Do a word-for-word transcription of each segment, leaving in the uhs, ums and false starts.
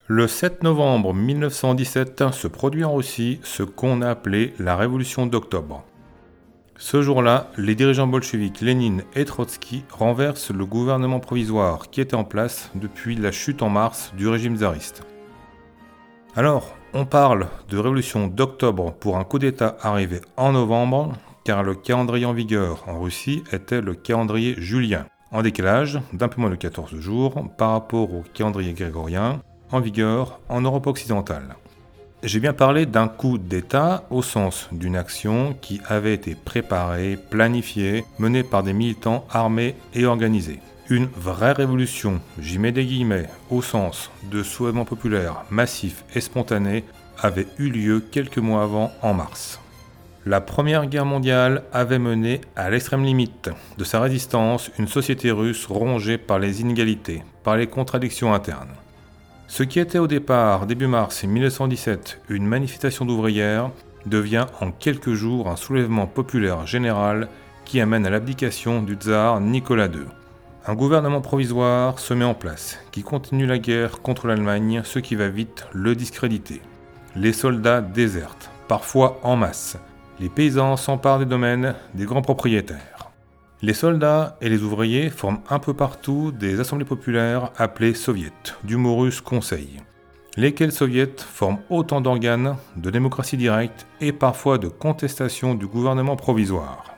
Le sept novembre mille neuf cent dix-sept se produit en Russie ce qu'on a appelé la Révolution d'octobre. Ce jour-là, les dirigeants bolcheviks Lénine et Trotsky renversent le gouvernement provisoire qui était en place depuis la chute en mars du régime tsariste. Alors, on parle de révolution d'octobre pour un coup d'État arrivé en novembre, car le calendrier en vigueur en Russie était le calendrier julien, en décalage d'un peu moins de quatorze jours par rapport au calendrier grégorien en vigueur en Europe occidentale. J'ai bien parlé d'un coup d'État au sens d'une action qui avait été préparée, planifiée, menée par des militants armés et organisés. Une vraie révolution, j'y mets des guillemets, au sens de soulèvement populaire massif et spontané, avait eu lieu quelques mois avant, en mars. La Première Guerre mondiale avait mené à l'extrême limite de sa résistance une société russe rongée par les inégalités, par les contradictions internes. Ce qui était au départ, début mars mille neuf cent dix-sept, une manifestation d'ouvrières, devient en quelques jours un soulèvement populaire général qui amène à l'abdication du tsar Nicolas deux. Un gouvernement provisoire se met en place, qui continue la guerre contre l'Allemagne, ce qui va vite le discréditer. Les soldats désertent, parfois en masse. Les paysans s'emparent des domaines des grands propriétaires. Les soldats et les ouvriers forment un peu partout des assemblées populaires appelées soviets, du mot russe conseil, lesquels soviets forment autant d'organes de démocratie directe et parfois de contestation du gouvernement provisoire.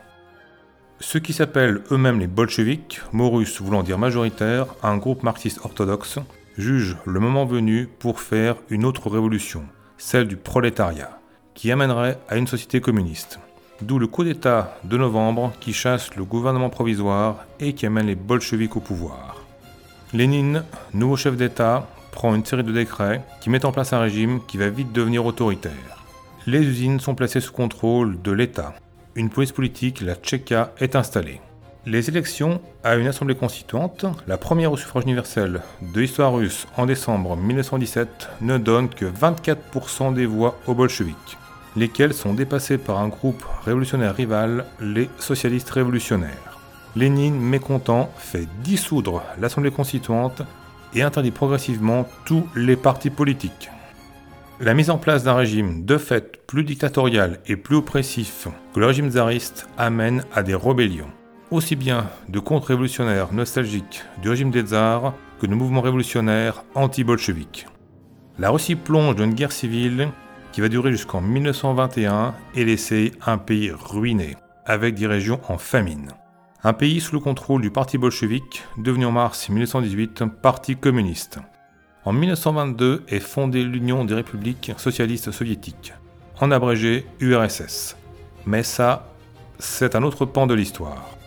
Ceux qui s'appellent eux-mêmes les bolcheviks, mot russe voulant dire majoritaire, un groupe marxiste orthodoxe, jugent le moment venu pour faire une autre révolution, celle du prolétariat, qui amènerait à une société communiste. D'où le coup d'État de novembre qui chasse le gouvernement provisoire et qui amène les bolcheviks au pouvoir. Lénine, nouveau chef d'État, prend une série de décrets qui mettent en place un régime qui va vite devenir autoritaire. Les usines sont placées sous contrôle de l'État. Une police politique, la Tchéka, est installée. Les élections à une assemblée constituante, la première au suffrage universel de l'histoire russe en décembre mille neuf cent dix-sept, ne donnent que vingt-quatre pour cent des voix aux bolcheviks, lesquels sont dépassés par un groupe révolutionnaire rival, les socialistes révolutionnaires. Lénine, mécontent, fait dissoudre l'Assemblée constituante et interdit progressivement tous les partis politiques. La mise en place d'un régime de fait plus dictatorial et plus oppressif que le régime tsariste amène à des rébellions, aussi bien de contre-révolutionnaires nostalgiques du régime des tsars que de mouvements révolutionnaires anti-bolcheviques. La Russie plonge dans une guerre civile qui va durer jusqu'en mille neuf cent vingt et un et laisser un pays ruiné, avec des régions en famine. Un pays sous le contrôle du parti bolchevique, devenu en mars mille neuf cent dix-huit parti communiste. En mille neuf cent vingt-deux est fondée l'Union des républiques socialistes soviétiques, en abrégé U R S S. Mais ça, c'est un autre pan de l'histoire.